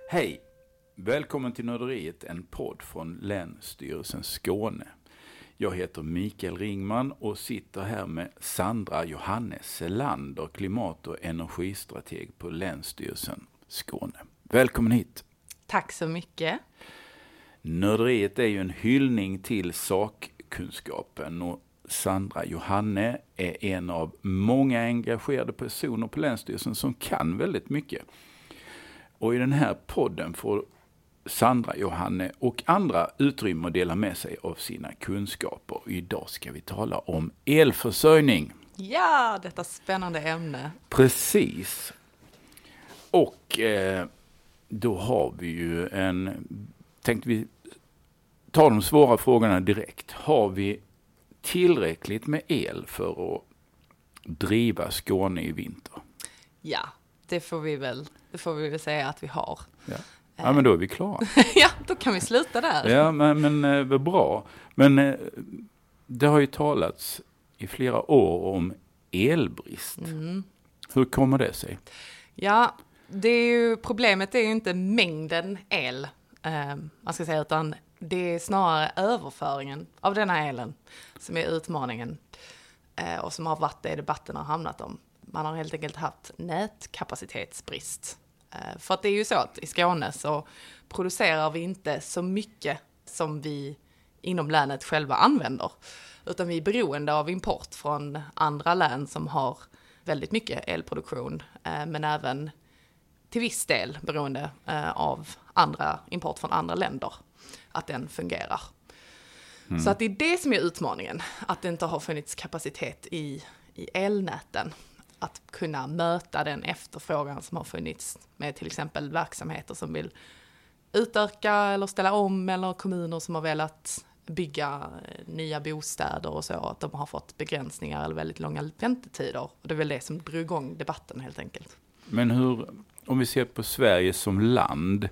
Hej! Välkommen till Nörderiet, en podd från Länsstyrelsen Skåne. Jag heter Mikael Ringman och sitter här med Sandra Johannes Selander, klimat- och energistrateg på Länsstyrelsen Skåne. Välkommen hit! Tack så mycket! Nörderiet är ju en hyllning till sakkunskapen och Sandra Johanne är en av många engagerade personer på Länsstyrelsen som kan väldigt mycket. Och i den här podden får Sandra Johanne och andra utrymme att dela med sig av sina kunskaper. Idag ska vi tala om elförsörjning. Ja, detta spännande ämne. Precis. Och då har vi ju tänkte vi ta de svåra frågorna direkt. Har vi tillräckligt med el för att driva Skåne i vinter? Ja, det får vi väl säga att vi har. Ja, men då är vi klara. Ja, då kan vi sluta där. Ja, men bra. Men det har ju talats i flera år om elbrist. Hur kommer det sig? Ja, problemet är ju inte mängden el, man ska säga, utan det är snarare överföringen av den här elen som är utmaningen och som har varit det debatten har hamnat om. Man har helt enkelt haft nätkapacitetsbrist. För att det är ju så att i Skåne så producerar vi inte så mycket som vi inom länet själva använder. Utan vi är beroende av import från andra län som har väldigt mycket elproduktion. Men även till viss del beroende av import från andra länder. Att den fungerar. Så att det är det som är utmaningen. Att det inte har funnits kapacitet i elnäten. Att kunna möta den efterfrågan som har funnits med till exempel verksamheter som vill utöka eller ställa om, eller kommuner som har velat bygga nya bostäder och så, att de har fått begränsningar eller väldigt långa väntetider. Och det är väl det som drog igång debatten helt enkelt. Men om vi ser på Sverige som land,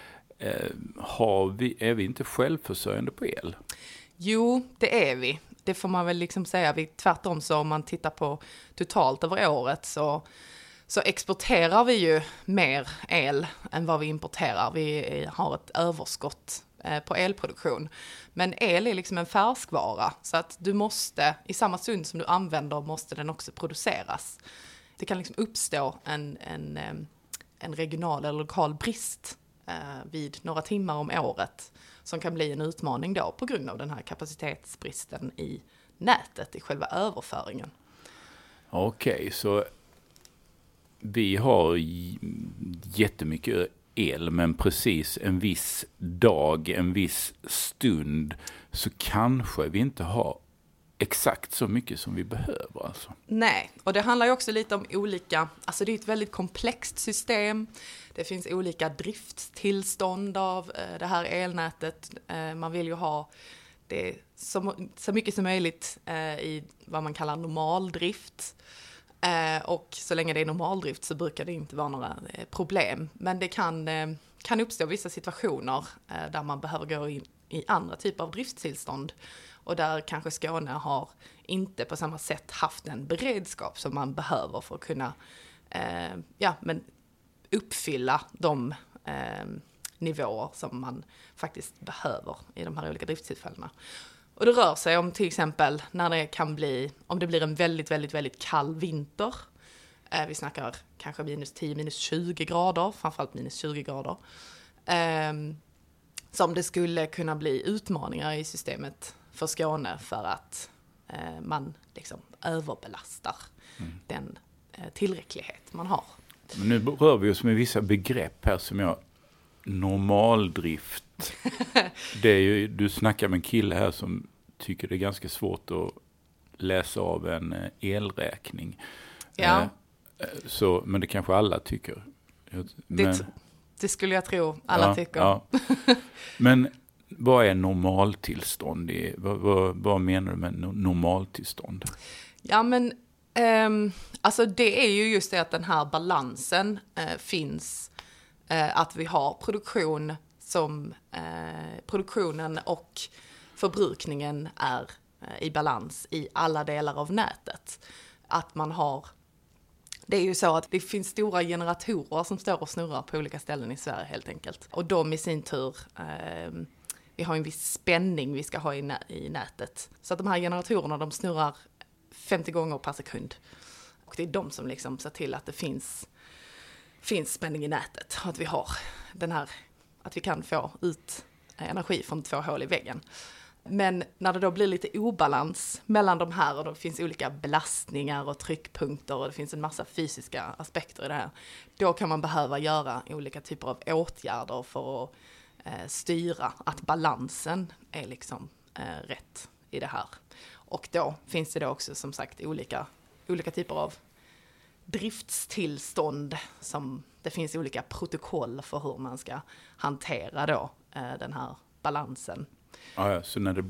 är vi inte självförsörjande på el? Jo, det är vi. Det får man väl liksom säga. Tvärtom, så om man tittar på totalt över året så exporterar vi ju mer el än vad vi importerar. Vi har ett överskott på elproduktion. Men el är liksom en färskvara, så att du måste, i samma stund som du använder, måste den också produceras. Det kan liksom uppstå en regional eller lokal brist vid några timmar om året som kan bli en utmaning då på grund av den här kapacitetsbristen i nätet, i själva överföringen. Okej, så vi har jättemycket el, men precis en viss dag, en viss stund så kanske vi inte har exakt så mycket som vi behöver alltså. Nej, och det handlar ju också lite om olika, alltså det är ett väldigt komplext system. Det finns olika drifttillstånd av det här elnätet. Man vill ju ha det så mycket som möjligt i vad man kallar normaldrift. Och så länge det är normaldrift så brukar det inte vara några problem. Men det kan uppstå vissa situationer där man behöver gå in i andra typer av driftstillstånd. Och där kanske Skåne har inte på samma sätt haft en beredskap som man behöver för att kunna uppfylla de nivåer som man faktiskt behöver i de här olika driftstillfällena. Och det rör sig om till exempel när det kan bli, om det blir en väldigt, väldigt, väldigt kall vinter. Vi snackar kanske minus 10, minus 20 grader, framförallt minus 20 grader. Som det skulle kunna bli utmaningar i systemet för Skåne för att man liksom överbelastar den tillräcklighet man har. Men nu rör vi oss med vissa begrepp här som normaldrift. Det är ju, du snackar med en kille här som tycker det är ganska svårt att läsa av en elräkning. Ja. Men det kanske alla tycker. Det skulle jag tro alla tycker. Ja. Men vad är normaltillstånd? Vad menar du med normaltillstånd? Ja, men alltså det är ju just det att den här balansen finns. Att vi har produktionen och förbrukningen är i balans i alla delar av nätet. Att man har Det är ju så att det finns stora generatorer som står och snurrar på olika ställen i Sverige helt enkelt. Och de i sin tur, vi har en viss spänning vi ska ha i nätet. Så att de här generatorerna de snurrar 50 gånger per sekund. Och det är de som liksom ser till att det finns spänning i nätet. Att vi har att vi kan få ut energi från 2 hål i väggen. Men när det då blir lite obalans mellan de här och det finns olika belastningar och tryckpunkter och det finns en massa fysiska aspekter i det här, då kan man behöva göra olika typer av åtgärder för att styra att balansen är liksom rätt i det här. Och då finns det då också som sagt olika typer av driftstillstånd som det finns olika protokoll för hur man ska hantera då den här balansen. Ja, så när det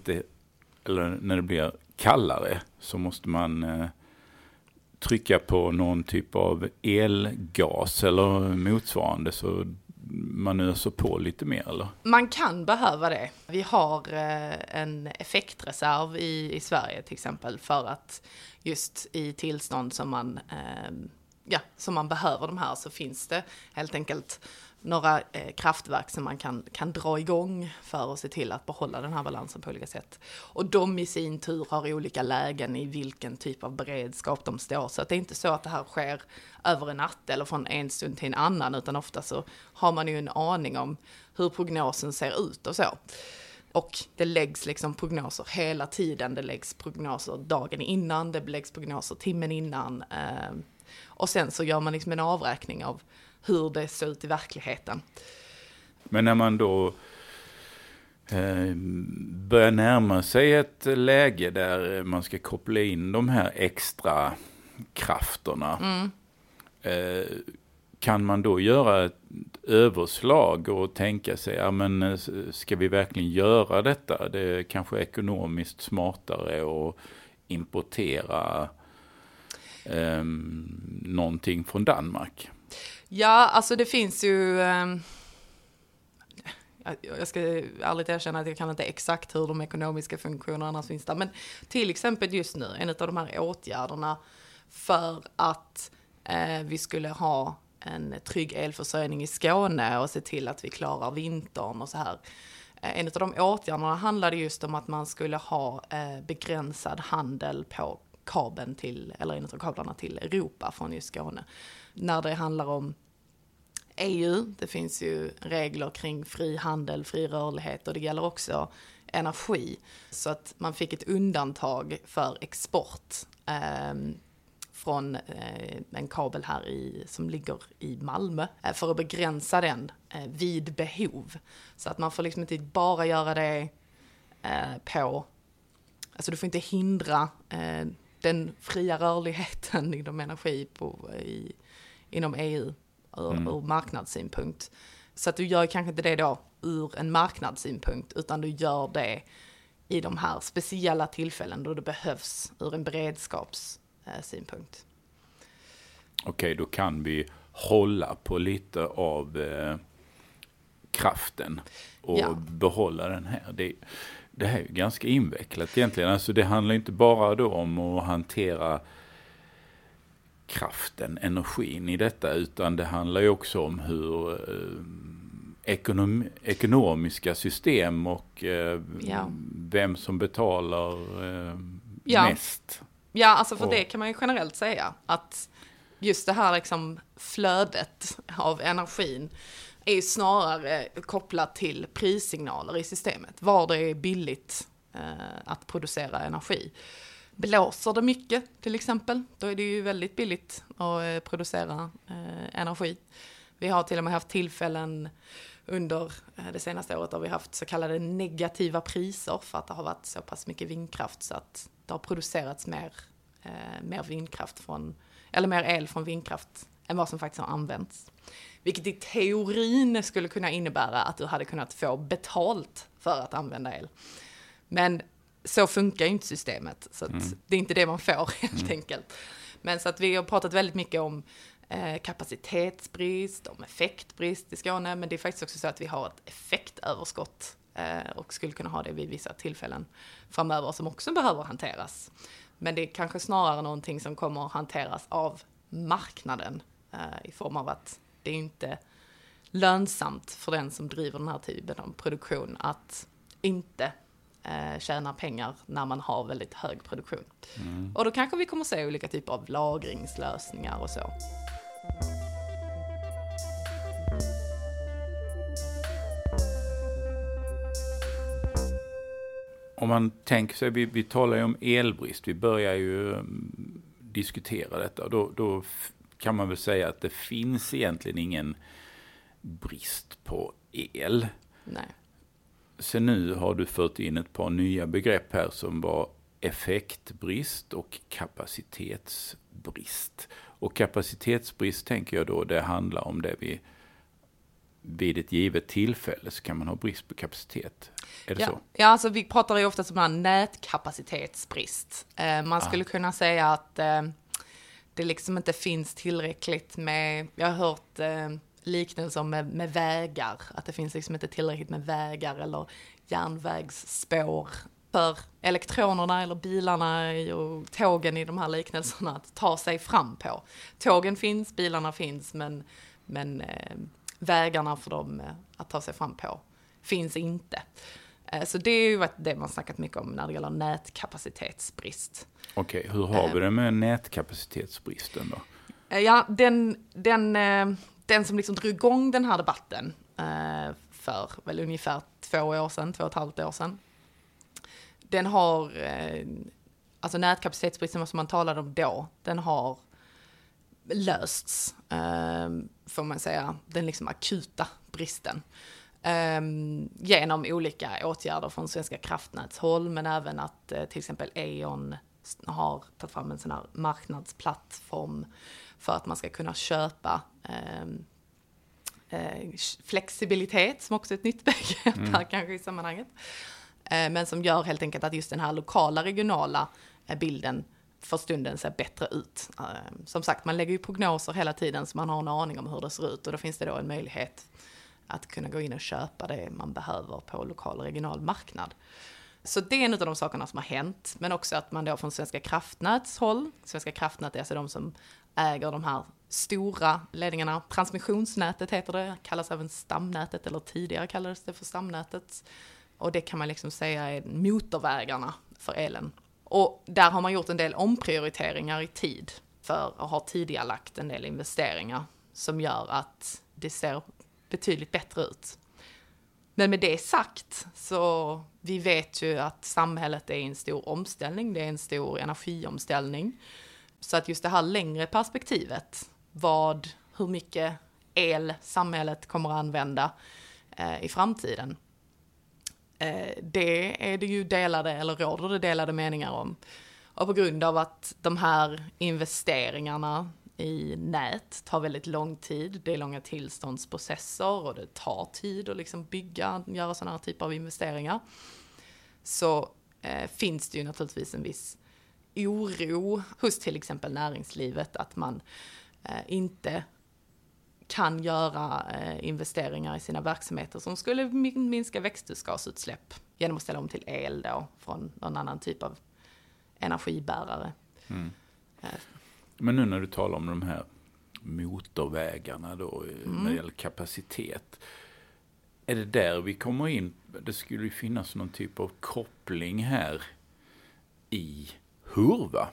blir kallare så måste man trycka på någon typ av elgas eller motsvarande så man öser på lite mer, eller? Man kan behöva det. Vi har en effektreserv i Sverige till exempel för att just i tillstånd som man behöver de här så finns det helt enkelt några kraftverk som man kan dra igång för att se till att behålla den här balansen på olika sätt. Och de i sin tur har olika lägen i vilken typ av beredskap de står. Så att det är inte så att det här sker över en natt eller från en stund till en annan, utan ofta så har man ju en aning om hur prognosen ser ut och så. Och det läggs liksom prognoser hela tiden. Det läggs prognoser dagen innan, det läggs prognoser timmen innan. Och sen så gör man liksom en avräkning av hur det ser ut i verkligheten. Men när man då börjar närma sig ett läge där man ska koppla in de här extra krafterna, kan man då göra ett överslag och tänka sig, ja men ska vi verkligen göra detta? Det är kanske ekonomiskt smartare att importera någonting från Danmark. Ja, alltså det finns ju, jag ska ärligt erkänna att jag kan inte exakt hur de ekonomiska funktionerna finns där, men till exempel just nu, en av de här åtgärderna för att vi skulle ha en trygg elförsörjning i Skåne och se till att vi klarar vintern och så här. En av de åtgärderna handlade just om att man skulle ha begränsad handel på kabeln till, eller en av kablarna till Europa från just Skåne. När det handlar om EU, det finns ju regler kring fri handel, fri rörlighet och det gäller också energi. Så att man fick ett undantag för export från en kabel här som ligger i Malmö för att begränsa den vid behov. Så att man får liksom inte bara göra det alltså du får inte hindra den fria rörligheten inom energi inom EU ur marknadssynpunkt. Så att du gör kanske inte det då ur en marknadssynpunkt, utan du gör det i de här speciella tillfällen då det behövs ur en beredskapssynpunkt. Okej, då kan vi hålla på lite av kraften och behålla den här. Det här är ju ganska invecklat egentligen. Alltså det handlar inte bara då om att hantera kraften, energin i detta, utan det handlar ju också om hur ekonomiska system och vem som betalar mest. Ja, alltså för det kan man ju generellt säga att just det här liksom flödet av energin är ju snarare kopplat till prissignaler i systemet. Var det är billigt att producera energi. Blåser det mycket till exempel, då är det ju väldigt billigt att producera energi. Vi har till och med haft tillfällen under det senaste året där vi haft så kallade negativa priser för att det har varit så pass mycket vindkraft så att det har producerats mer vindkraft mer el från vindkraft än vad som faktiskt har använts. Vilket i teorin skulle kunna innebära att du hade kunnat få betalt för att använda el. Men så funkar ju inte systemet, så att det är inte det man får helt enkelt. Men så att vi har pratat väldigt mycket om kapacitetsbrist, om effektbrist i Skåne, men det är faktiskt också så att vi har ett effektöverskott och skulle kunna ha det vid vissa tillfällen framöver som också behöver hanteras. Men det är kanske snarare någonting som kommer att hanteras av marknaden i form av att det är inte lönsamt för den som driver den här typen av produktion att inte tjäna pengar när man har väldigt hög produktion. Och då kanske vi kommer se olika typer av lagringslösningar och så. Om man tänker sig, vi talar ju om elbrist, vi börjar ju diskutera detta. Då kan man väl säga att det finns egentligen ingen brist på el. Nej. Så nu har du fört in ett par nya begrepp här som var effektbrist och kapacitetsbrist. Och kapacitetsbrist tänker jag då, det handlar om det vi vid ett givet tillfälle så kan man ha brist på kapacitet. Är det så? Ja, alltså vi pratar ju ofta om en nätkapacitetsbrist. Man skulle kunna säga att det liksom inte finns tillräckligt med, jag har hört liknelser med vägar, att det finns liksom inte tillräckligt med vägar eller järnvägsspår för elektronerna eller bilarna och tågen i de här liknelserna att ta sig fram på. Tågen finns, bilarna finns, men vägarna för dem att ta sig fram på finns inte. Så det är ju det man snackat mycket om när det gäller nätkapacitetsbrist. Okej, hur har vi det med nätkapacitetsbristen då? Ja, den som liksom drog igång den här debatten för väl ungefär 2,5 år sedan. Den har, alltså nätkapacitetsbristen som man talade om då, den har lösts, får man säga, den liksom akuta bristen. Genom olika åtgärder från Svenska kraftnäts håll, men även att till exempel E.ON har tagit fram en sån här marknadsplattform för att man ska kunna köpa flexibilitet, som också är ett nytt begrepp här kanske i sammanhanget. Men som gör helt enkelt att just den här lokala, regionala bilden för stunden ser bättre ut. Som sagt, man lägger ju prognoser hela tiden så man har en aning om hur det ser ut, och då finns det då en möjlighet att kunna gå in och köpa det man behöver på lokal och regional marknad. Så det är en av de sakerna som har hänt, men också att man då från Svenska kraftnäts håll, Svenska kraftnät är alltså de som äger de här stora ledningarna, transmissionsnätet heter det, kallas även stamnätet, eller tidigare kallades det för stamnätet, och det kan man liksom säga är motorvägarna för elen. Och där har man gjort en del omprioriteringar i tid för att ha tidigarelagt en del investeringar som gör att det ser betydligt bättre ut. Men med det sagt, så vi vet ju att samhället är i en stor omställning, det är en stor energiomställning. Så att just det här längre perspektivet, hur mycket el samhället kommer att använda i framtiden, det är det ju råder det delade meningar om. Och på grund av att de här investeringarna i nät tar väldigt lång tid, det är långa tillståndsprocesser och det tar tid att liksom göra sådana här typer av investeringar, så finns det ju naturligtvis en viss oro hos till exempel näringslivet att man inte kan göra investeringar i sina verksamheter som skulle minska växthusgasutsläpp genom att ställa om till el då från någon annan typ av energibärare. Men nu när du talar om de här motorvägarna då, när det gäller kapacitet, är det där vi kommer in? Det skulle ju finnas någon typ av koppling här i Hurva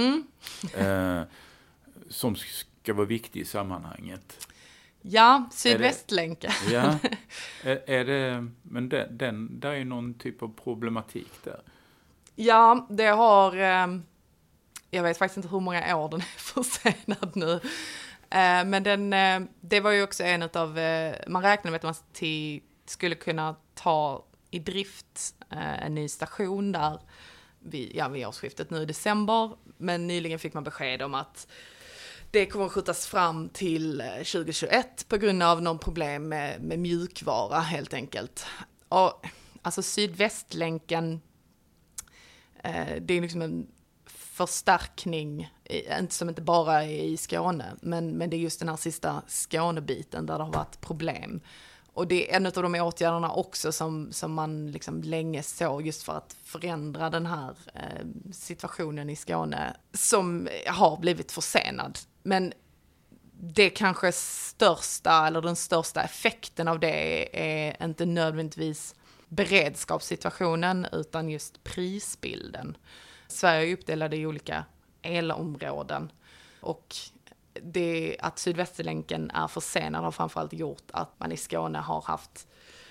som ska vara viktig i sammanhanget. Ja, Sydvästlänken. Ja, är det, men där är ju någon typ av problematik där. Ja, det har, jag vet faktiskt inte hur många år den är försenad nu. Men det var ju också en av, man räknade med att man skulle kunna ta i drift en ny station där vid årsskiftet nu i december. Men nyligen fick man besked om att det kommer att skjutas fram till 2021 på grund av någon problem med mjukvara helt enkelt. Och alltså Sydvästlänken, det är liksom en förstärkning, som inte bara är i Skåne, men det är just den här sista Skånebiten där det har varit problem. Och det är en av de åtgärderna också som man liksom länge såg just för att förändra den här situationen i Skåne som har blivit försenad. Men det kanske den största effekten av det är inte nödvändigtvis beredskapssituationen utan just prisbilden. Sverige är uppdelade i olika elområden och det att Sydvästlänken är försenad har framförallt gjort att man i Skåne har haft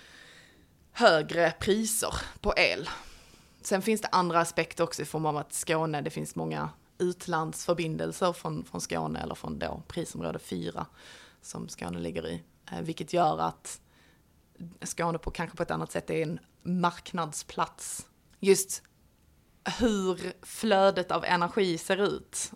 högre priser på el. Sen finns det andra aspekter också i form av att Skåne, det finns många utlandsförbindelser från Skåne eller från då prisområde 4 som Skåne ligger i. Vilket gör att Skåne kanske på ett annat sätt är en marknadsplats. Just hur flödet av energi ser ut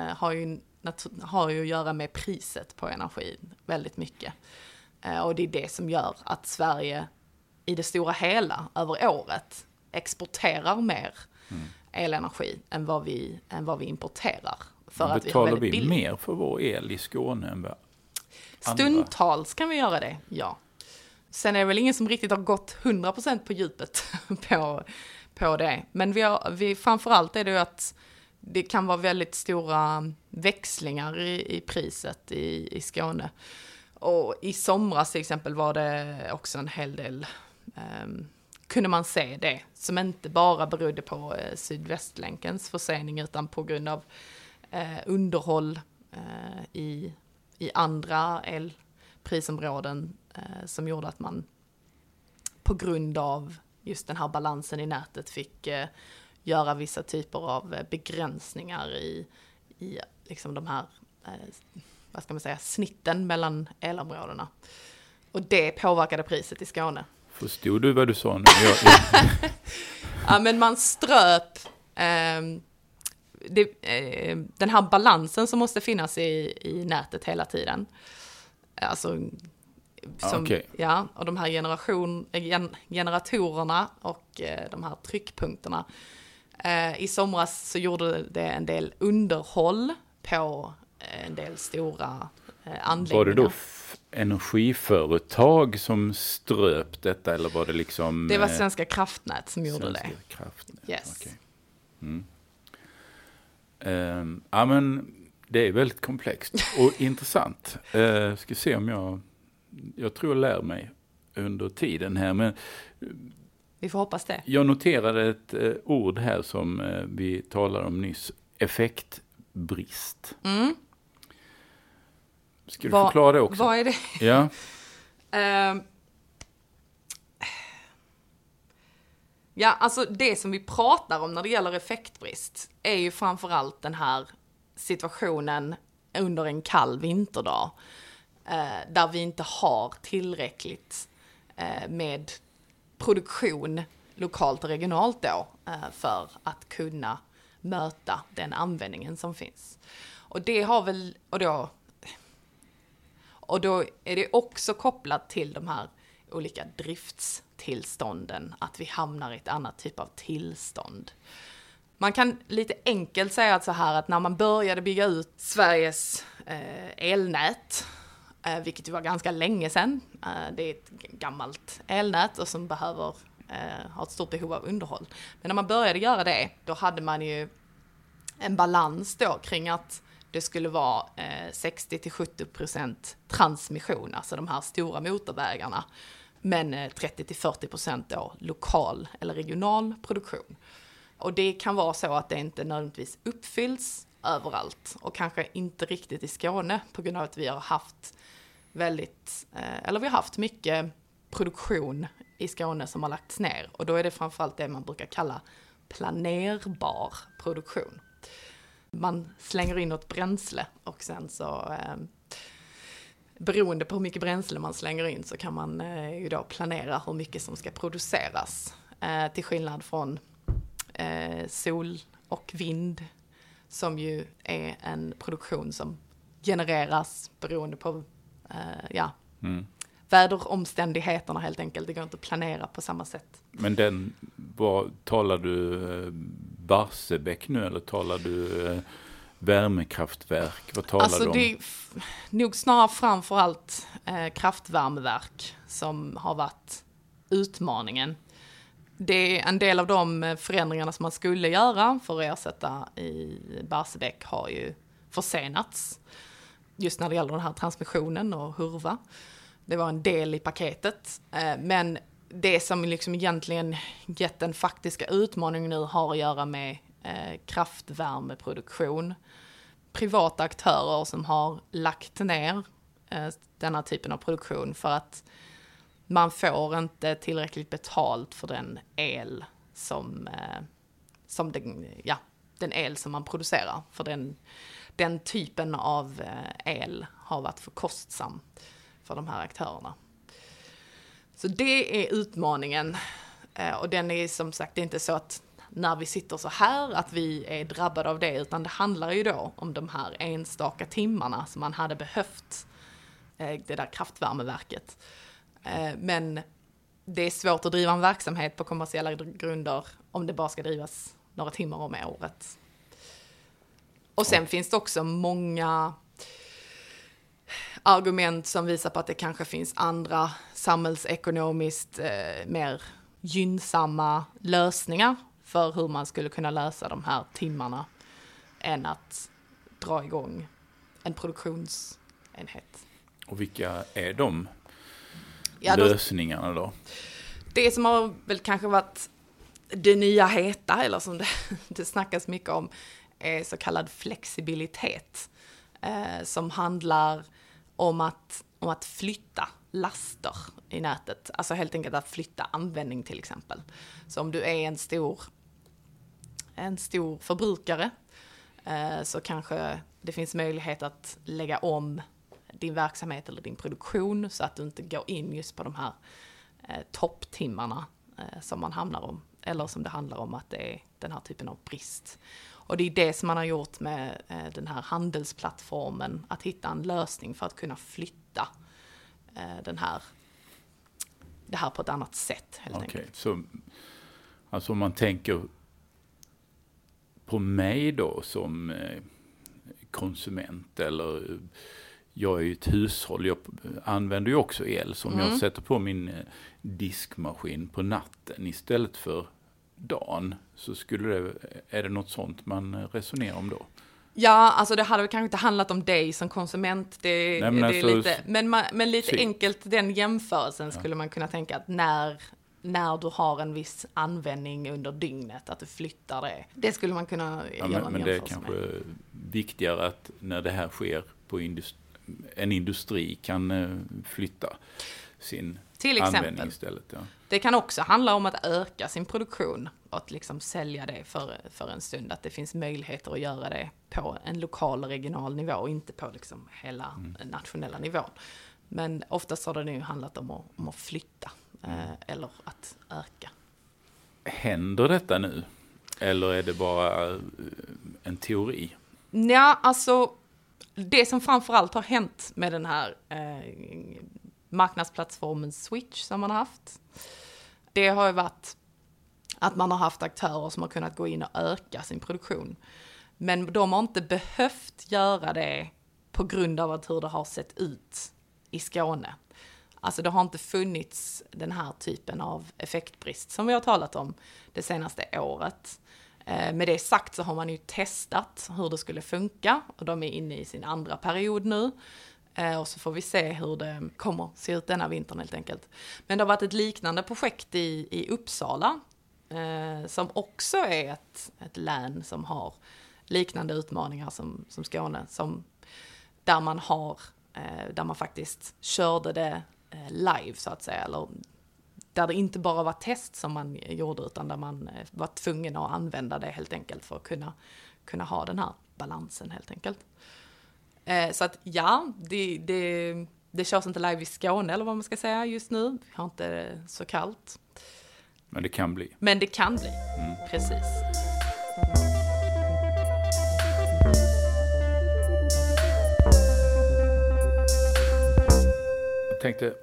har ju att göra med priset på energi väldigt mycket. Och det är det som gör att Sverige i det stora hela över året exporterar mer elenergi än vad vi importerar. För att betalar vi mer för vår el i Skåne än vad andra? Stundtals kan vi göra det, ja. Sen är det väl ingen som riktigt har gått 100% på djupet på det. Men vi framförallt är det ju att det kan vara väldigt stora växlingar i priset i Skåne. Och i somras till exempel var det också en hel del, kunde man se det, som inte bara berodde på Sydvästlänkens försening utan på grund av underhåll i andra elprisområden som gjorde att man på grund av just den här balansen i nätet fick göra vissa typer av begränsningar i liksom de här vad ska man säga, snitten mellan elområdena. Och det påverkade priset i Skåne. Förstod du vad du sa nu? Ja, men man ströp den här balansen som måste finnas i nätet hela tiden. Alltså ja, och de här generatorerna och de här tryckpunkterna. I somras så gjorde det en del underhåll på en del stora anläggningar. Var det då energiföretag som ströp detta eller var det liksom... Det var Svenska kraftnät som gjorde det. Kraftnät, yes. Okay. Ja, men det är väldigt komplext och intressant. Ska se om jag tror jag lär mig under tiden här. Men vi får hoppas det. Jag noterade ett ord här som vi talade om nyss. Effektbrist. Ska du förklara det också? Vad är det? Ja. Ja, alltså det som vi pratar om när det gäller effektbrist är ju framförallt den här situationen under en kall vinterdag där vi inte har tillräckligt med produktion lokalt och regionalt då för att kunna möta den användningen som finns. Och det har väl, och då är det också kopplat till de här olika driftstillstånden, att vi hamnar i ett annat typ av tillstånd. Man kan lite enkelt säga att så här att när man började bygga ut Sveriges elnät, vilket ju var ganska länge sedan, det är ett gammalt elnät och som behöver ha ett stort behov av underhåll. Men när man började göra det, då hade man ju en balans då kring att det skulle vara 60-70% transmission, alltså de här stora motorvägarna, men 30-40% då lokal eller regional produktion. Och det kan vara så att det inte nödvändigtvis uppfylls överallt och kanske inte riktigt i Skåne på grund av att vi har haft vi har haft mycket produktion i Skåne som har lagts ner, och då är det framförallt det man brukar kalla planerbar produktion. Man slänger in något bränsle och sen så beroende på hur mycket bränsle man slänger in så kan man ju då planera hur mycket som ska produceras. Till skillnad från sol och vind som ju är en produktion som genereras beroende på väderomständigheterna helt enkelt. Det går inte att planera på samma sätt. Men talar du Barsebäck nu eller talar du värmekraftverk? Vad talar du om? Det är nog snarare framförallt kraftvärmeverk som har varit utmaningen. Det är en del av de förändringarna som man skulle göra för att ersätta i Barsebäck har ju försenats. Just när det gäller den här transmissionen och hurva. Det var en del i paketet. Men det som liksom egentligen gett den faktiska utmaningen nu har att göra med kraftvärmeproduktion. Privata aktörer som har lagt ner denna typen av produktion för att man får inte tillräckligt betalt för den el som den el som man producerar. För den typen av el har varit för kostsam för de här aktörerna. Så det är utmaningen. Och den är som sagt inte så att när vi sitter så här att vi är drabbade av det, utan det handlar ju då om de här enstaka timmarna som man hade behövt det där kraftvärmeverket. Men det är svårt att driva en verksamhet på kommersiella grunder om det bara ska drivas några timmar om året. Och sen finns det också många argument som visar på att det kanske finns andra samhällsekonomiskt mer gynnsamma lösningar för hur man skulle kunna lösa de här timmarna än att dra igång en produktionsenhet. Och vilka är de lösningarna då? Det som har väl kanske varit det nya heta, eller som det snackas mycket om, är så kallad flexibilitet. Som handlar om att flytta laster i nätet. Alltså helt enkelt att flytta användning till exempel. Så om du är en stor förbrukare så kanske det finns möjlighet att lägga om din verksamhet eller din produktion så att du inte går in just på de här topptimmarna som man hamnar om. Eller som det handlar om att det är den här typen av brist. Och det är det som man har gjort med den här handelsplattformen. Att hitta en lösning för att kunna flytta det här på ett annat sätt helt enkelt. Så, alltså om man tänker på mig då som konsument, eller jag är ju ett hushåll, jag använder ju också el som jag sätter på min diskmaskin på natten istället för dagen, så är det något sånt man resonerar om då? Ja, alltså det hade väl kanske inte handlat om dig som konsument. Men lite enkelt den jämförelsen skulle man kunna tänka att när du har en viss användning under dygnet, att du flyttar det. Det skulle man kunna göra en men det är kanske viktigare att när det här sker på en industri kan flytta sin till användning istället. Ja. Det kan också handla om att öka sin produktion och att liksom sälja det för en stund. Att det finns möjligheter att göra det på en lokal och regional nivå och inte på liksom hela nationella nivån. Men oftast har det nu handlat om att flytta eller att öka. Händer detta nu? Eller är det bara en teori? Ja, alltså det som framförallt har hänt med den här marknadsplattformen Switch som man har haft, det har ju varit att man har haft aktörer som har kunnat gå in och öka sin produktion. Men de har inte behövt göra det på grund av att hur det har sett ut i Skåne. Alltså det har inte funnits den här typen av effektbrist som vi har talat om det senaste året. Med det sagt så har man ju testat hur det skulle funka och de är inne i sin andra period nu. Och så får vi se hur det kommer se ut denna vintern helt enkelt. Men det har varit ett liknande projekt i Uppsala som också är ett län som har liknande utmaningar som Skåne. Där man faktiskt körde det live så att säga. Eller där det inte bara var test som man gjorde utan där man var tvungen att använda det helt enkelt för att kunna ha den här balansen helt enkelt. Så att ja, det körs inte live i Skåne eller vad man ska säga just nu. Vi har inte så kallt. Men det kan bli. Precis. Jag tänkte,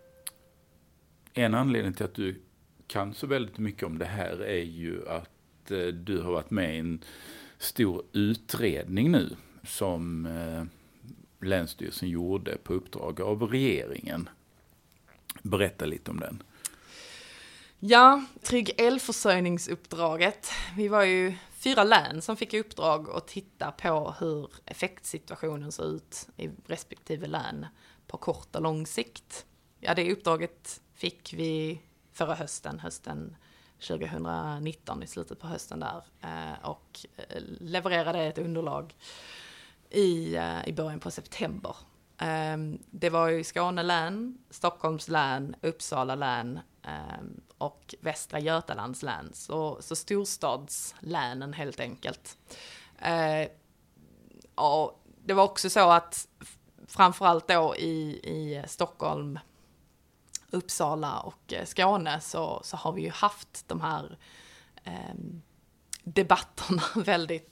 en anledning till att du kan så väldigt mycket om det här är ju att du har varit med i en stor utredning nu som Länsstyrelsen gjorde på uppdrag av regeringen. Berätta lite om den. Ja, Trygg elförsörjningsuppdraget. Vi var ju 4 län som fick i uppdrag att titta på hur effektsituationen ser ut i respektive län på kort och lång sikt. Ja, det uppdraget fick vi förra hösten 2019, i slutet på hösten där, och levererade ett underlag i början på september. Det var ju Skåne län, Stockholms län, Uppsala län och Västra Götalands län, så storstadslänen helt enkelt. Och det var också så att framförallt då i Stockholm, Uppsala och Skåne så har vi ju haft de här debatterna väldigt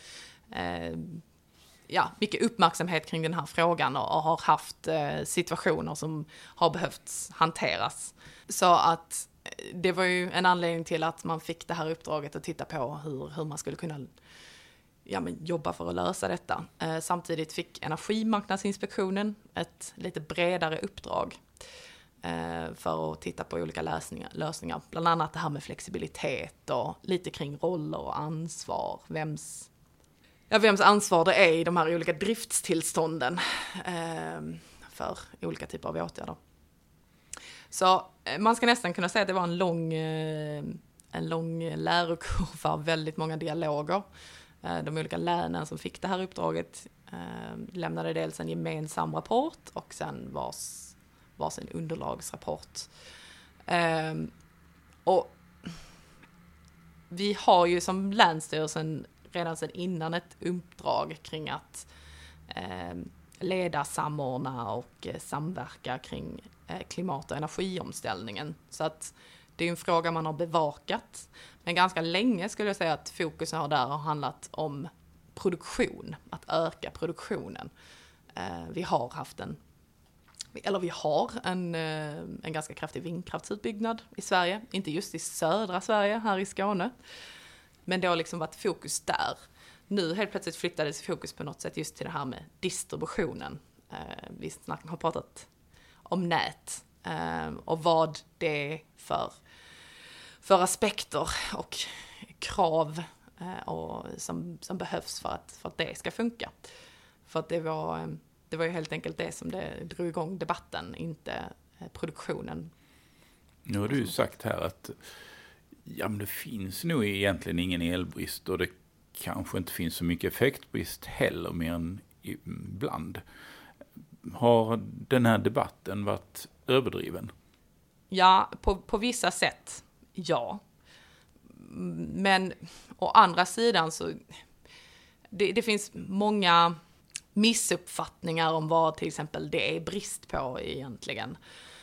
mycket uppmärksamhet kring den här frågan och har haft situationer som har behövt hanteras. Så att det var ju en anledning till att man fick det här uppdraget att titta på hur man skulle kunna jobba för att lösa detta. Samtidigt fick Energimarknadsinspektionen ett lite bredare uppdrag för att titta på olika lösningar. Bland annat det här med flexibilitet och lite kring roller och ansvar. Vems ansvar det är i de här olika driftstillstånden för olika typer av åtgärder. Så man ska nästan kunna säga att det var en lång lärokurva, väldigt många dialoger. De olika länen som fick det här uppdraget lämnade dels en gemensam rapport och sen varsin underlagsrapport. Och vi har ju som Länsstyrelsen redan sedan innan ett uppdrag kring att leda, samordna och samverka kring klimat- och energiomställningen. Så att det är en fråga man har bevakat. Men ganska länge skulle jag säga att fokusen där har handlat om produktion, att öka produktionen. Vi har en ganska kraftig vindkraftsutbyggnad i Sverige. Inte just i södra Sverige, här i Skåne. Men det har liksom varit fokus där. Nu helt plötsligt flyttades fokus på något sätt just till det här med distributionen. Vi har pratat om nät och vad det är för aspekter och krav som behövs för att det ska funka. För att det var ju helt enkelt det som det drog igång debatten, inte produktionen. Nu har du ju sagt här att men det finns nog egentligen ingen elbrist och det kanske inte finns så mycket effektbrist heller, mer än ibland. Har den här debatten varit överdriven? Ja, på vissa sätt, ja. Men å andra sidan så det finns många missuppfattningar om vad till exempel det är brist på egentligen.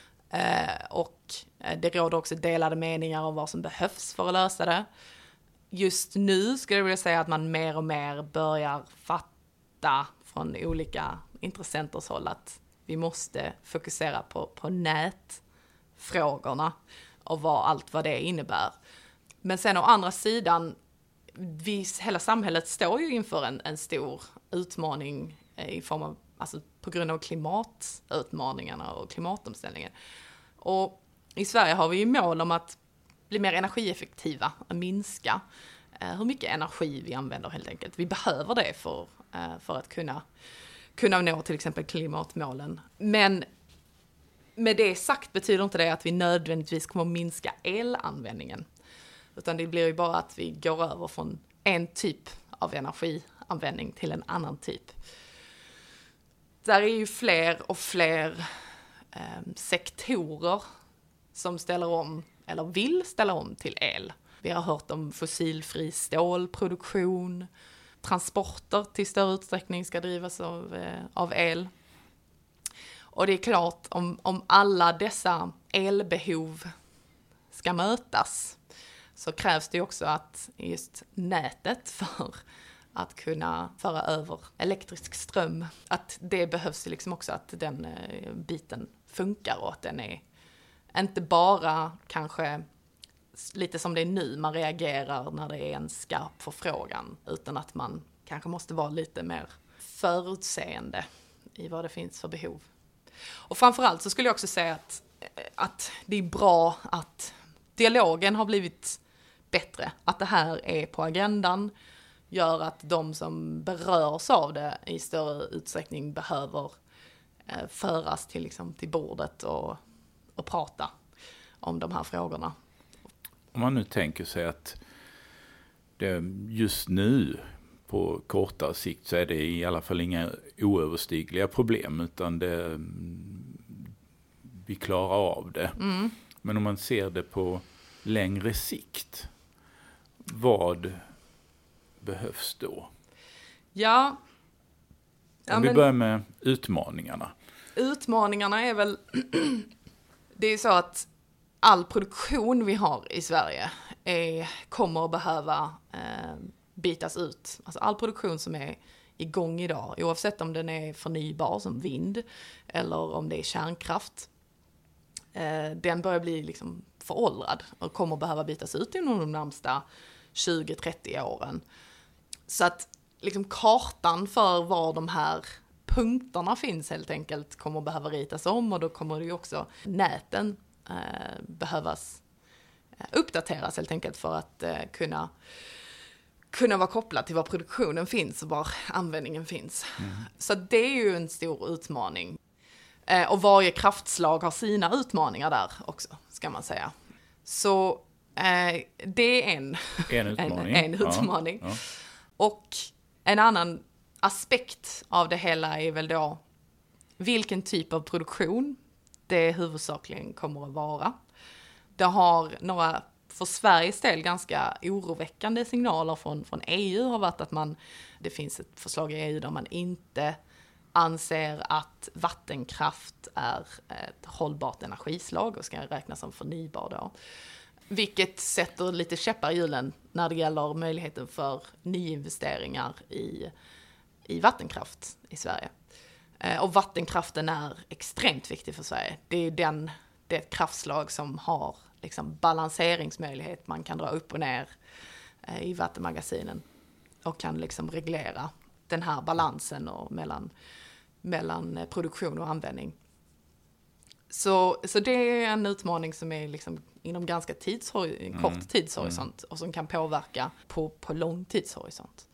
Och det råder också delade meningar om vad som behövs för att lösa det. Just nu skulle jag vilja säga att man mer och mer börjar fatta från olika intressenters håll att vi måste fokusera på nätfrågorna och allt vad det innebär. Men sen å andra sidan, hela samhället står ju inför en stor utmaning i form av, alltså på grund av klimatutmaningarna och klimatomställningen. Och i Sverige har vi ju mål om att bli mer energieffektiva, att minska hur mycket energi vi använder helt enkelt. Vi behöver det för att kunna nå till exempel klimatmålen. Men med det sagt betyder inte det att vi nödvändigtvis kommer att minska elanvändningen. Utan det blir ju bara att vi går över från en typ av energianvändning till en annan typ. Där är ju fler och fler sektorer som ställer om eller vill ställa om till el. Vi har hört om fossilfri stålproduktion, transporter till större utsträckning ska drivas av el. Och det är klart, om alla dessa elbehov ska mötas så krävs det också att just nätet för att kunna föra över elektrisk ström, att det behövs liksom också att den biten funkar och att den är inte bara kanske lite som det är nu, man reagerar när det är en skarp förfrågan, utan att man kanske måste vara lite mer förutseende i vad det finns för behov. Och framförallt så skulle jag också säga att det är bra att dialogen har blivit bättre, att det här är på agendan, gör att de som berörs av det i större utsträckning behöver föras till, liksom, till bordet och prata om de här frågorna. Om man nu tänker sig att det just nu på kortare sikt så är det i alla fall inga oöverstigliga problem, utan vi klarar av det. Men om man ser det på längre sikt, vad behövs då? Ja. Om vi börjar med utmaningarna. Utmaningarna är väl, det är så att all produktion vi har i Sverige kommer att behöva bytas ut. Alltså all produktion som är igång idag, oavsett om den är förnybar som vind eller om det är kärnkraft, den börjar bli liksom föråldrad och kommer att behöva bytas ut inom de närmsta 20-30 åren. Så att liksom kartan för var de här punkterna finns helt enkelt kommer att behöva ritas om, och då kommer det ju också näten behövas uppdateras helt enkelt för att kunna vara kopplat till var produktionen finns och var användningen finns. Så det är ju en stor utmaning. Och varje kraftslag har sina utmaningar där också, ska man säga. Så det är en utmaning. en utmaning. Ja. Och en annan aspekt av det hela är väl då vilken typ av produktion det huvudsakligen kommer att vara. Det har några, för Sveriges del, ganska oroväckande signaler från EU har varit att det finns ett förslag i EU där man inte anser att vattenkraft är ett hållbart energislag och ska räknas som förnybar då. Vilket sätter lite käppar i hjulen när det gäller möjligheten för nyinvesteringar i vattenkraft i Sverige. Och vattenkraften är extremt viktig för Sverige. Det är ett kraftslag som har liksom balanseringsmöjlighet. Man kan dra upp och ner i vattenmagasinen och kan liksom reglera den här balansen och mellan produktion och användning. Så det är en utmaning som är liksom inom ganska kort tidshorisont och som kan påverka på lång tidshorisont.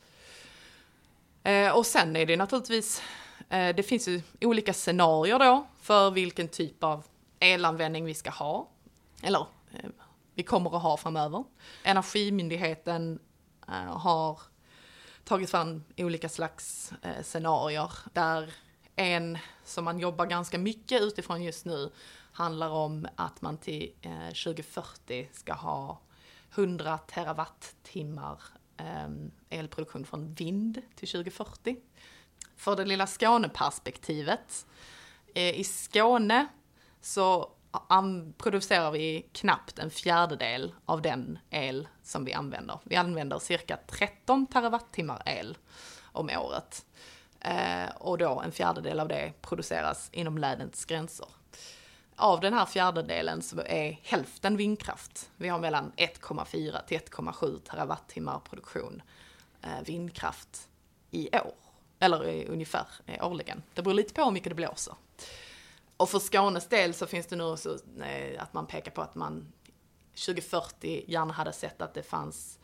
Och sen är det naturligtvis, det finns ju olika scenarier då för vilken typ av elanvändning vi ska ha, eller vi kommer att ha framöver. Energimyndigheten har tagit fram olika slags scenarier där en som man jobbar ganska mycket utifrån just nu handlar om att man till 2040 ska ha 100 terawattimmar elproduktion från vind till 2040. För det lilla Skåneperspektivet, i Skåne så producerar vi knappt en fjärdedel av den el som vi använder. Vi använder cirka 13 terawattimmar el om året. Och då en fjärdedel av det produceras inom länets gränser. Av den här fjärdedelen så är hälften vindkraft. Vi har mellan 1,4 till 1,7 terawattimmar produktion vindkraft i år. Eller ungefär årligen. Det beror lite på hur mycket det blåser. Och för Skånes del så finns det nu så att man pekar på att man 2040 gärna hade sett att det fanns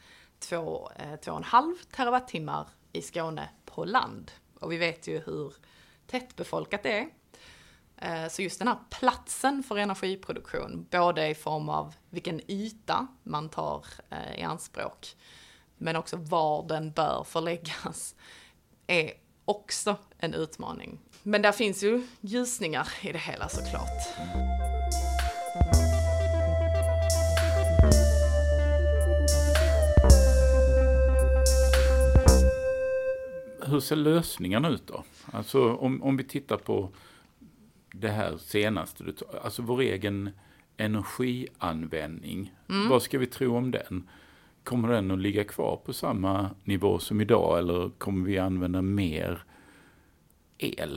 2,5 terawattimmar i Skåne på land. Och vi vet ju hur tätt befolkat det är. Så just den här platsen för energiproduktion, både i form av vilken yta man tar i anspråk, men också var den bör förläggas, är också en utmaning. Men där finns ju ljusningar i det hela såklart. Hur ser lösningarna ut då? Alltså om vi tittar på det här senaste, alltså vår egen energianvändning. Vad ska vi tro om den? Kommer den att ligga kvar på samma nivå som idag, eller kommer vi använda mer el?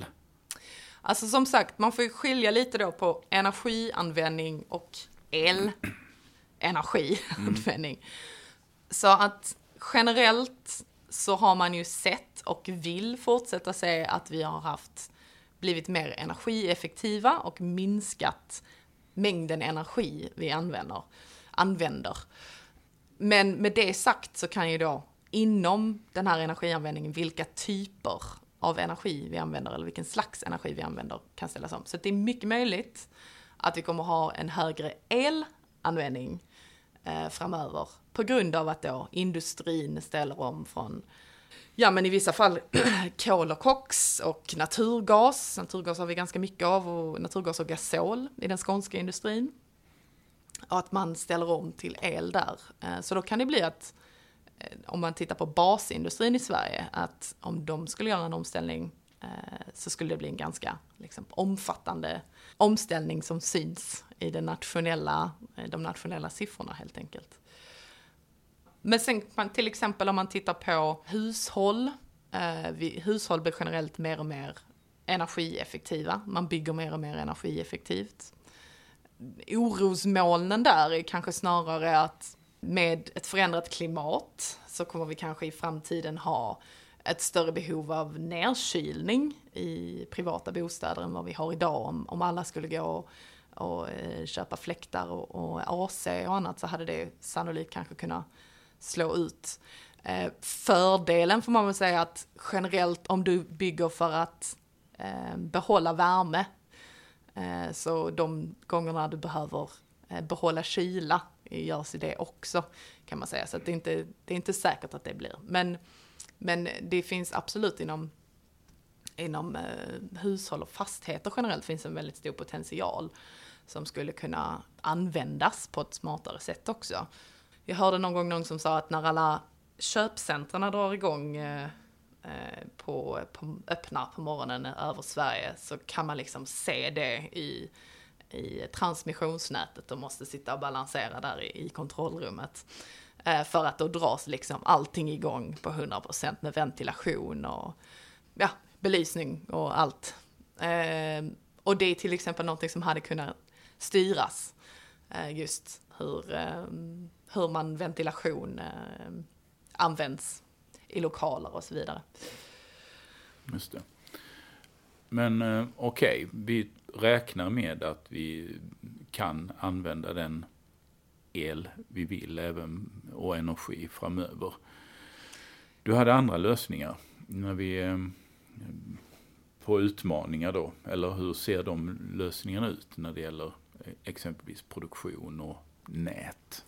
Alltså som sagt, man får ju skilja lite då på energianvändning och energianvändning. Så att generellt så har man ju sett och vill fortsätta se att vi har blivit mer energieffektiva och minskat mängden energi vi använder. Men med det sagt så kan ju då inom den här energianvändningen vilka typer av energi vi använder eller vilken slags energi vi använder kan ställas om. Så det är mycket möjligt att vi kommer ha en högre elanvändning framöver på grund av att då industrin ställer om från, men i vissa fall kol och koks och naturgas. Naturgas har vi ganska mycket av, och naturgas och gasol i den skånska industrin. Och att man ställer om till el där. Så då kan det bli att om man tittar på basindustrin i Sverige, att om de skulle göra en omställning så skulle det bli en ganska omfattande omställning som syns i de nationella siffrorna helt enkelt. Men sen till exempel om man tittar på hushåll. Hushåll blir generellt mer och mer energieffektiva. Man bygger mer och mer energieffektivt. Orosmolnen där är kanske snarare att med ett förändrat klimat så kommer vi kanske i framtiden ha ett större behov av nedkylning i privata bostäder än vad vi har idag. Om alla skulle gå och köpa fläktar och AC och annat så hade det sannolikt kanske kunnat slå ut. Fördelen får man väl säga att generellt om du bygger för att behålla värme, så de gångerna du behöver behålla kyla görs i det också kan man säga. Så att det är inte säkert att det blir. Men det finns absolut inom hushåll och fastigheter generellt finns en väldigt stor potential som skulle kunna användas på ett smartare sätt också. Jag hörde någon gång någon som sa att när alla köpcentrarna drar igång öppnar på morgonen över Sverige så kan man se det i transmissionsnätet och måste sitta och balansera där i kontrollrummet. För att då dras allting igång på 100% med ventilation och belysning och allt. Och det är till exempel någonting som hade kunnat styras. Just hur man ventilation används i lokaler och så vidare. Just det. Men okej, vi räknar med att vi kan använda den el vi vill även och energi framöver. Du hade andra lösningar när vi på utmaningar då, eller hur ser de lösningarna ut när det gäller exempelvis produktion och nät?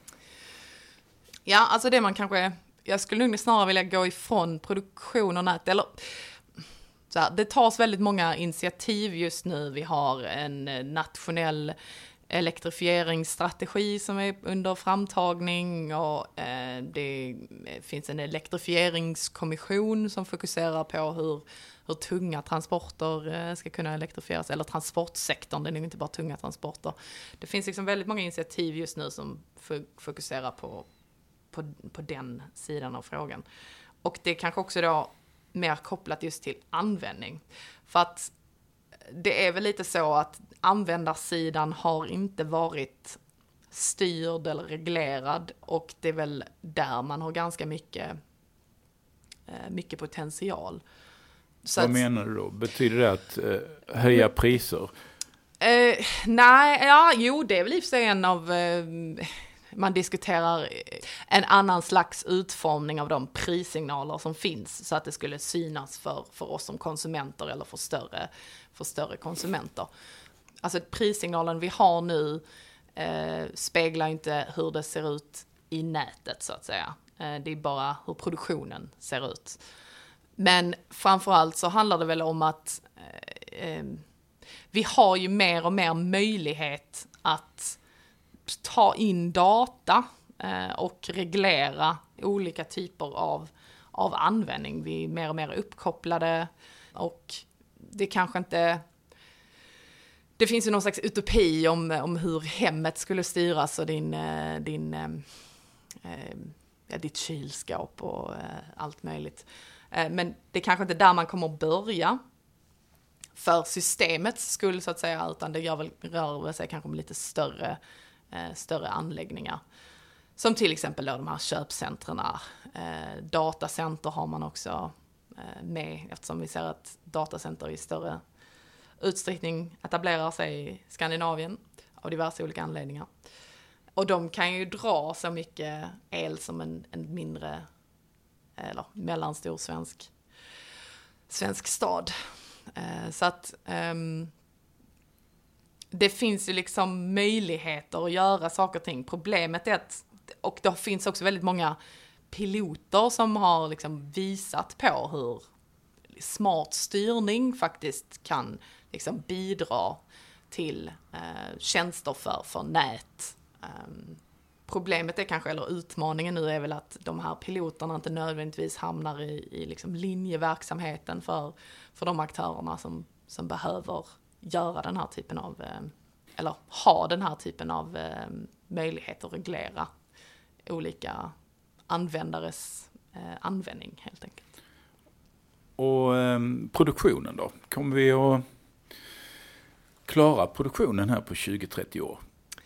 Ja, alltså det man kanske, jag skulle nog snarare vilja gå ifrån produktion och nät, eller så här, det tas väldigt många initiativ just nu. Vi har en nationell elektrifieringsstrategi som är under framtagning och det finns en elektrifieringskommission som fokuserar på hur tunga transporter ska kunna elektrifieras, eller transportsektorn, det är nog inte bara tunga transporter. Det finns väldigt många initiativ just nu som fokuserar på den sidan av frågan. Och det är kanske också då mer kopplat just till användning. För att det är väl lite så att användarsidan har inte varit styrd eller reglerad, och det är väl där man har ganska mycket potential. Så vad menar du då? Betyder det att höja priser? Nej, det är väl i och för sig en av... man diskuterar en annan slags utformning av de prissignaler som finns så att det skulle synas för oss som konsumenter eller för större konsumenter. Alltså prissignalen vi har nu speglar inte hur det ser ut i nätet så att säga. Det är bara hur produktionen ser ut. Men framförallt så handlar det väl om att vi har ju mer och mer möjlighet att ta in data och reglera olika typer av användning. Vi är mer och mer uppkopplade, och det kanske inte... Det finns ju någon slags utopi om hur hemmet skulle styras och ditt kylskåp och allt möjligt. Men det är kanske inte där man kommer att börja för systemets skull så att säga, utan det rör sig kanske om lite större större anläggningar. Som till exempel då de här köpcentrarna. Datacenter har man också med, eftersom vi ser att datacenter i större utsträckning etablerar sig i Skandinavien av diverse olika anledningar. Och de kan ju dra så mycket el som en mindre eller mellanstor svensk stad. Så att det finns ju liksom möjligheter att göra saker och ting. Problemet är att, och det finns också väldigt många piloter som har liksom visat på hur smart styrning faktiskt kan liksom bidra till tjänster för nät. Problemet är kanske, eller utmaningen nu är väl att de här piloterna inte nödvändigtvis hamnar i liksom linjeverksamheten för de aktörerna som behöver göra den här typen av, eller ha den här typen av möjlighet att reglera olika användares användning helt enkelt. Och produktionen då? Kommer vi att klara produktionen här på 20-30 år?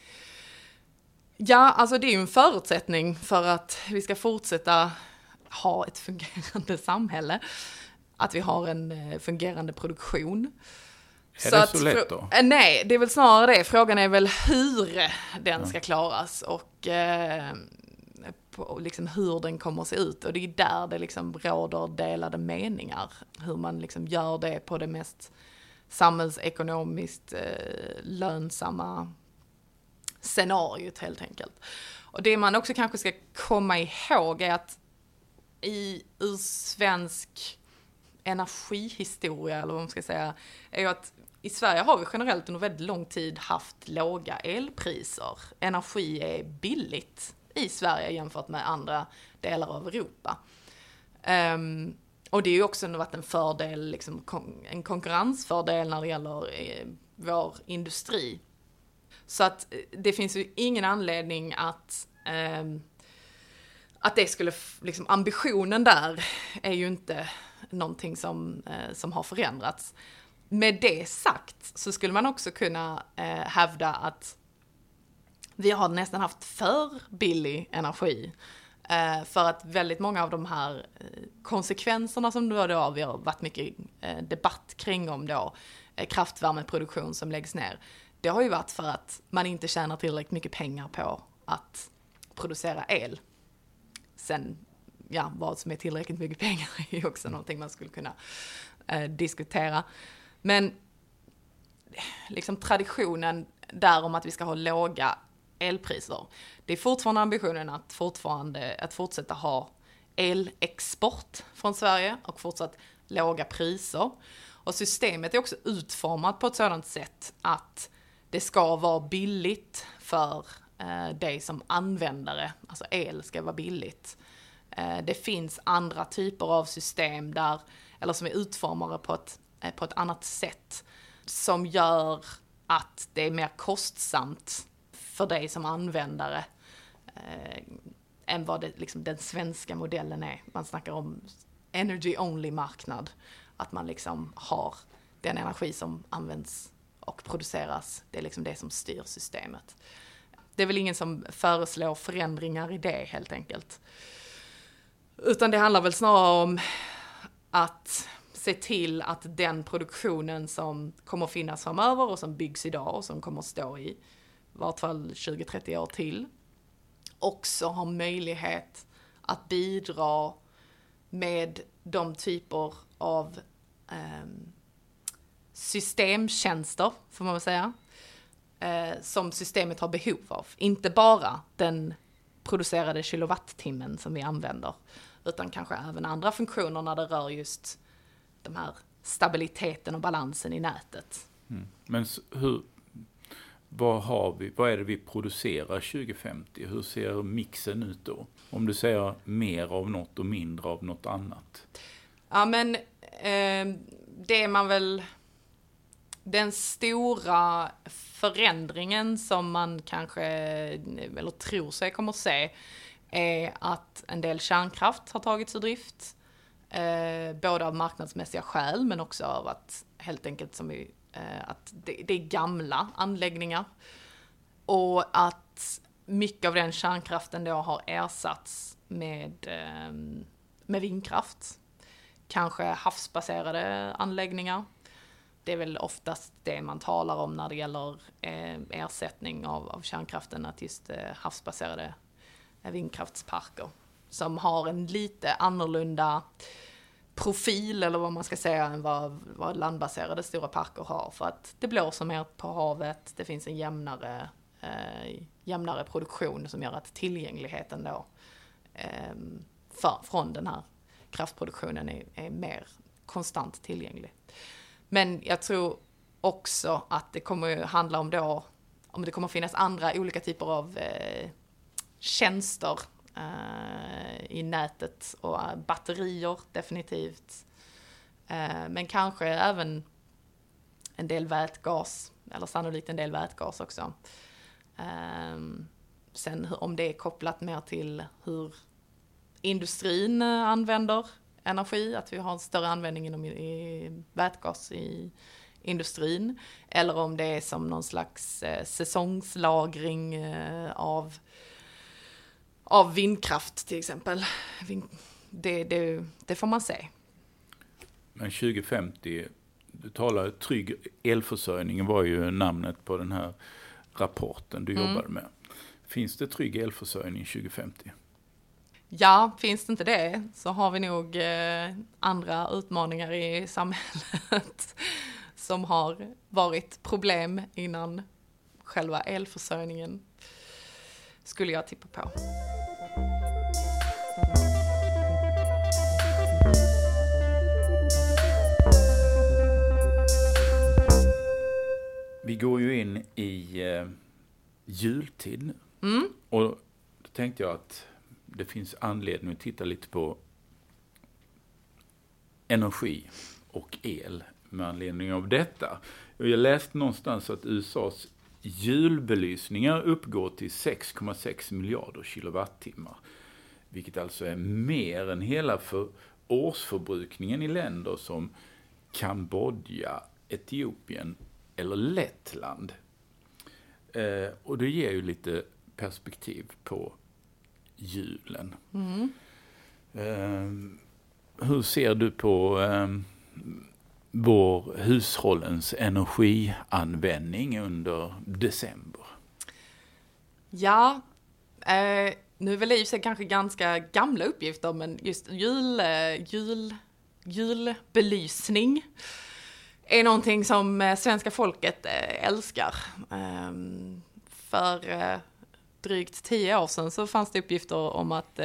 Ja, alltså det är ju en förutsättning för att vi ska fortsätta ha ett fungerande samhälle. Att vi har en fungerande produktion. Är det så lätt då? Nej, det är väl snarare det. Frågan är väl hur den ska klaras och liksom hur den kommer att se ut. Och det är där det liksom råder delade meningar. Hur man liksom gör det på det mest samhällsekonomiskt lönsamma scenariot helt enkelt. Och det man också kanske ska komma ihåg är att ur svensk energihistoria, eller vad man ska säga, är ju att i Sverige har vi generellt under väldigt lång tid haft låga elpriser. Energi är billigt i Sverige jämfört med andra delar av Europa. Och det är ju också varit en fördel, liksom en konkurrensfördel när det gäller vår industri. Så att det finns ju ingen anledning att det skulle, liksom ambitionen där är ju inte någonting som har förändrats. Med det sagt så skulle man också kunna hävda att vi har nästan haft för billig energi. För att väldigt många av de här konsekvenserna som då vi har varit mycket debatt kring om då, kraftvärmeproduktion som läggs ner. Det har ju varit för att man inte tjänar tillräckligt mycket pengar på att producera el. Sen, ja, vad som är tillräckligt mycket pengar är ju också någonting man skulle kunna diskutera. Men liksom traditionen där om att vi ska ha låga elpriser. Det är fortfarande ambitionen att fortsätta ha elexport från Sverige och fortsatt låga priser. Och systemet är också utformat på ett sådant sätt att det ska vara billigt för dig som användare. Alltså el ska vara billigt. Det finns andra typer av system som är utformade på ett annat sätt som gör att det är mer kostsamt för dig som användare än vad den svenska modellen är. Man snackar om energy-only-marknad. Att man liksom har den energi som används och produceras. Det är liksom det som styr systemet. Det är väl ingen som föreslår förändringar i det helt enkelt. Utan det handlar väl snarare om att se till att den produktionen som kommer att finnas framöver och som byggs idag och som kommer att stå i vart fall 20-30 år till också har möjlighet att bidra med de typer av systemtjänster, får man väl säga, som systemet har behov av. Inte bara den producerade kilowattimmen som vi använder, utan kanske även andra funktioner när det rör just de här stabiliteten och balansen i nätet. Men vad är det vi producerar 2050? Hur ser mixen ut då? Om du säger mer av något och mindre av något annat. Ja, men det är man väl... Den stora förändringen som man kanske eller tror sig kommer att se är att en del kärnkraft har tagits ur drift. Både av marknadsmässiga skäl men också av att helt enkelt att det är gamla anläggningar. Och att mycket av den kärnkraften då har ersatts med vindkraft. Kanske havsbaserade anläggningar. Det är väl oftast det man talar om när det gäller ersättning av kärnkraften, att just havsbaserade vindkraftsparker som har en lite annorlunda profil, eller vad man ska säga, än vad landbaserade stora parker har. För att det blåser mer på havet, det finns en jämnare produktion som gör att tillgängligheten då från den här kraftproduktionen är mer konstant tillgänglig. Men jag tror också att det kommer handla om det kommer finnas andra olika typer av tjänster i nätet, och batterier definitivt. Men kanske även en del vätgas, eller sannolikt en del vätgas också. Sen om det är kopplat mer till hur industrin använder energi, att vi har en större användning inom vätgas i industrin, eller om det är som någon slags säsongslagring av vindkraft till exempel. Det får man se. Men 2050, du talar trygg elförsörjning var ju namnet på den här rapporten du jobbade med. Finns det trygg elförsörjning 2050? Ja, finns det inte det så har vi nog andra utmaningar i samhället som har varit problem innan själva elförsörjningen, skulle jag tippa på. Vi går ju in i jultid nu. Och då tänkte jag att det finns anledning att titta lite på energi och el med anledning av detta. Jag läste någonstans att USAs julbelysningar uppgår till 6,6 miljarder kilowattimmar. Vilket alltså är mer än hela årsförbrukningen i länder som Kambodja, Etiopien eller Lettland. Och det ger ju lite perspektiv på julen. Hur ser du på vår hushållens energianvändning under december? Ja, nu är väl i sig kanske ganska gamla uppgifter, men just julbelysning är någonting som svenska folket älskar. För drygt 10 år sedan så fanns det uppgifter om att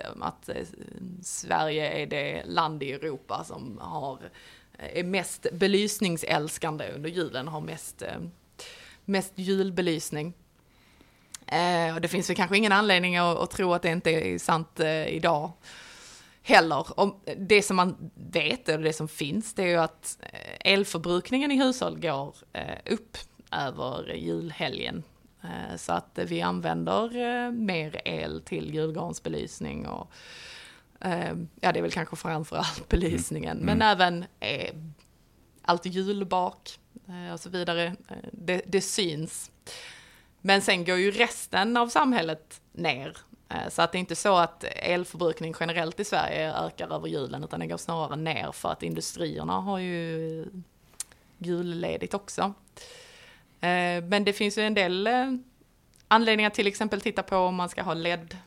Sverige är det land i Europa som är mest belysningsälskande under julen, har mest julbelysning. Och det finns väl kanske ingen anledning att tro att det inte är sant idag heller. Det som man vet, eller det som finns, det är ju att elförbrukningen i hushåll går upp över julhelgen. Så att vi använder mer el till julgransbelysning och ja, det är väl kanske framförallt belysningen, men även allt julbak och så vidare. Det syns. Men sen går ju resten av samhället ner. Så att det är inte så att elförbrukning generellt i Sverige ökar över julen, utan det går snarare ner för att industrierna har ju julledigt också. Men det finns ju en del anledningar, till exempel titta på om man ska ha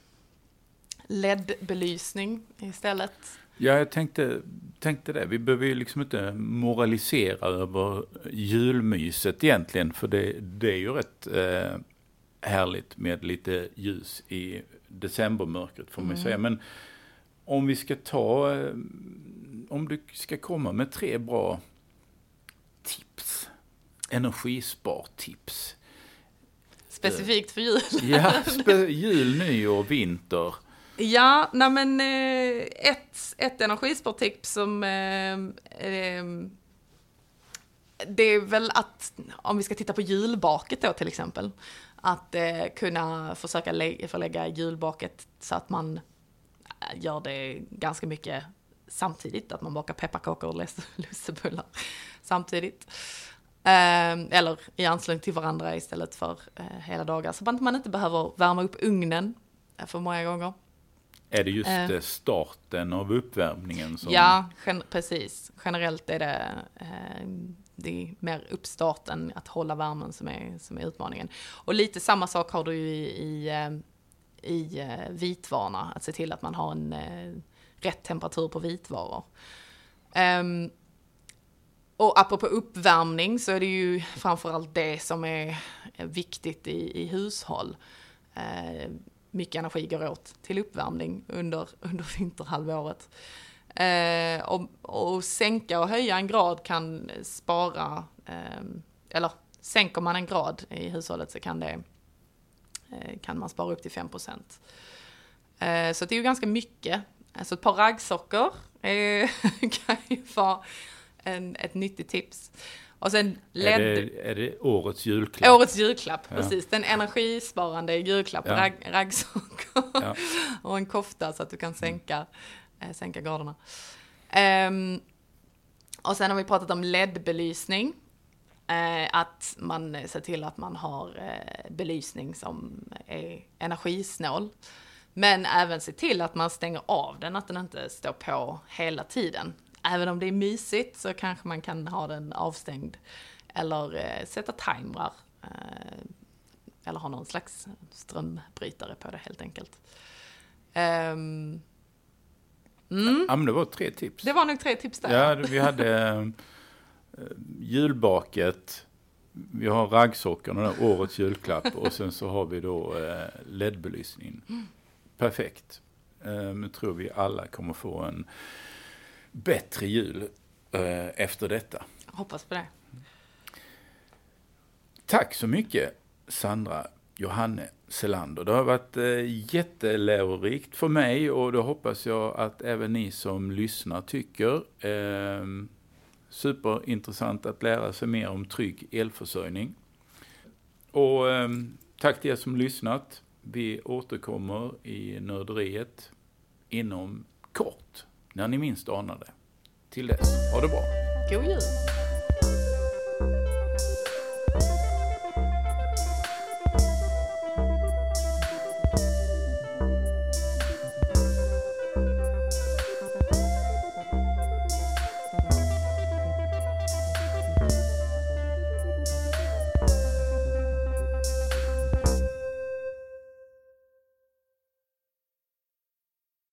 LED-belysning istället. Ja, jag tänkte det. Vi behöver ju liksom inte moralisera över julmyset egentligen, för det är ju rätt härligt med lite ljus i decembermörkret, får man säga. Men om vi ska om du ska komma med 3 bra tips, energispartips. Specifikt för jul. Ja, jul, nyår, vinter. Ja, nej men ett energispartips som det är väl att, om vi ska titta på julbaket då till exempel, att kunna försöka förlägga julbaket så att man gör det ganska mycket samtidigt, att man bakar pepparkakor och lussebullar samtidigt. Eller i anslutning till varandra istället för hela dagar. Så att man inte behöver värma upp ugnen för många gånger. Är det just starten av uppvärmningen som... Ja, precis. Generellt är det är mer uppstarten, att hålla värmen som är utmaningen. Och lite samma sak har du ju i vitvarorna, att se till att man har en rätt temperatur på vitvaror. Och apropå uppvärmning så är det ju framförallt det som är viktigt i hushåll. Mycket energi går åt till uppvärmning under vinterhalvåret. Och sänka och höja en grad kan spara, eller sänker man en grad i hushållet så kan man spara upp till 5%. Så det är ju ganska mycket. Alltså ett par raggsockor kan ju vara ett nyttigt tips. Och sen är det årets julklapp? Årets julklapp, ja. Precis. Den energisparande julklapp, ja. Raggsockor och en kofta så att du kan sänka graderna. Och sen har vi pratat om LED-belysning. Att man ser till att man har belysning som är energisnål. Men även se till att man stänger av den, att den inte står på hela tiden. Även om det är mysigt så kanske man kan ha den avstängd. Eller sätta timrar. Eller ha någon slags strömbrytare på det helt enkelt. Ja, men det var 3 tips. Det var nog 3 tips där. Ja, vi hade julbaket. Vi har raggsockorna, årets julklapp. Och sen så har vi då LED-belysningen. Perfekt. Nu tror vi alla kommer få en bättre jul efter detta. Jag hoppas på det. Tack så mycket, Sandra Johanne Selander. Det har varit jättelärorikt för mig och då hoppas jag att även ni som lyssnar tycker. Superintressant att lära sig mer om trygg elförsörjning. Och tack till er som lyssnat. Vi återkommer i nörderiet inom kort, när ni minst anar det. Till dess, ha det bra. God jul!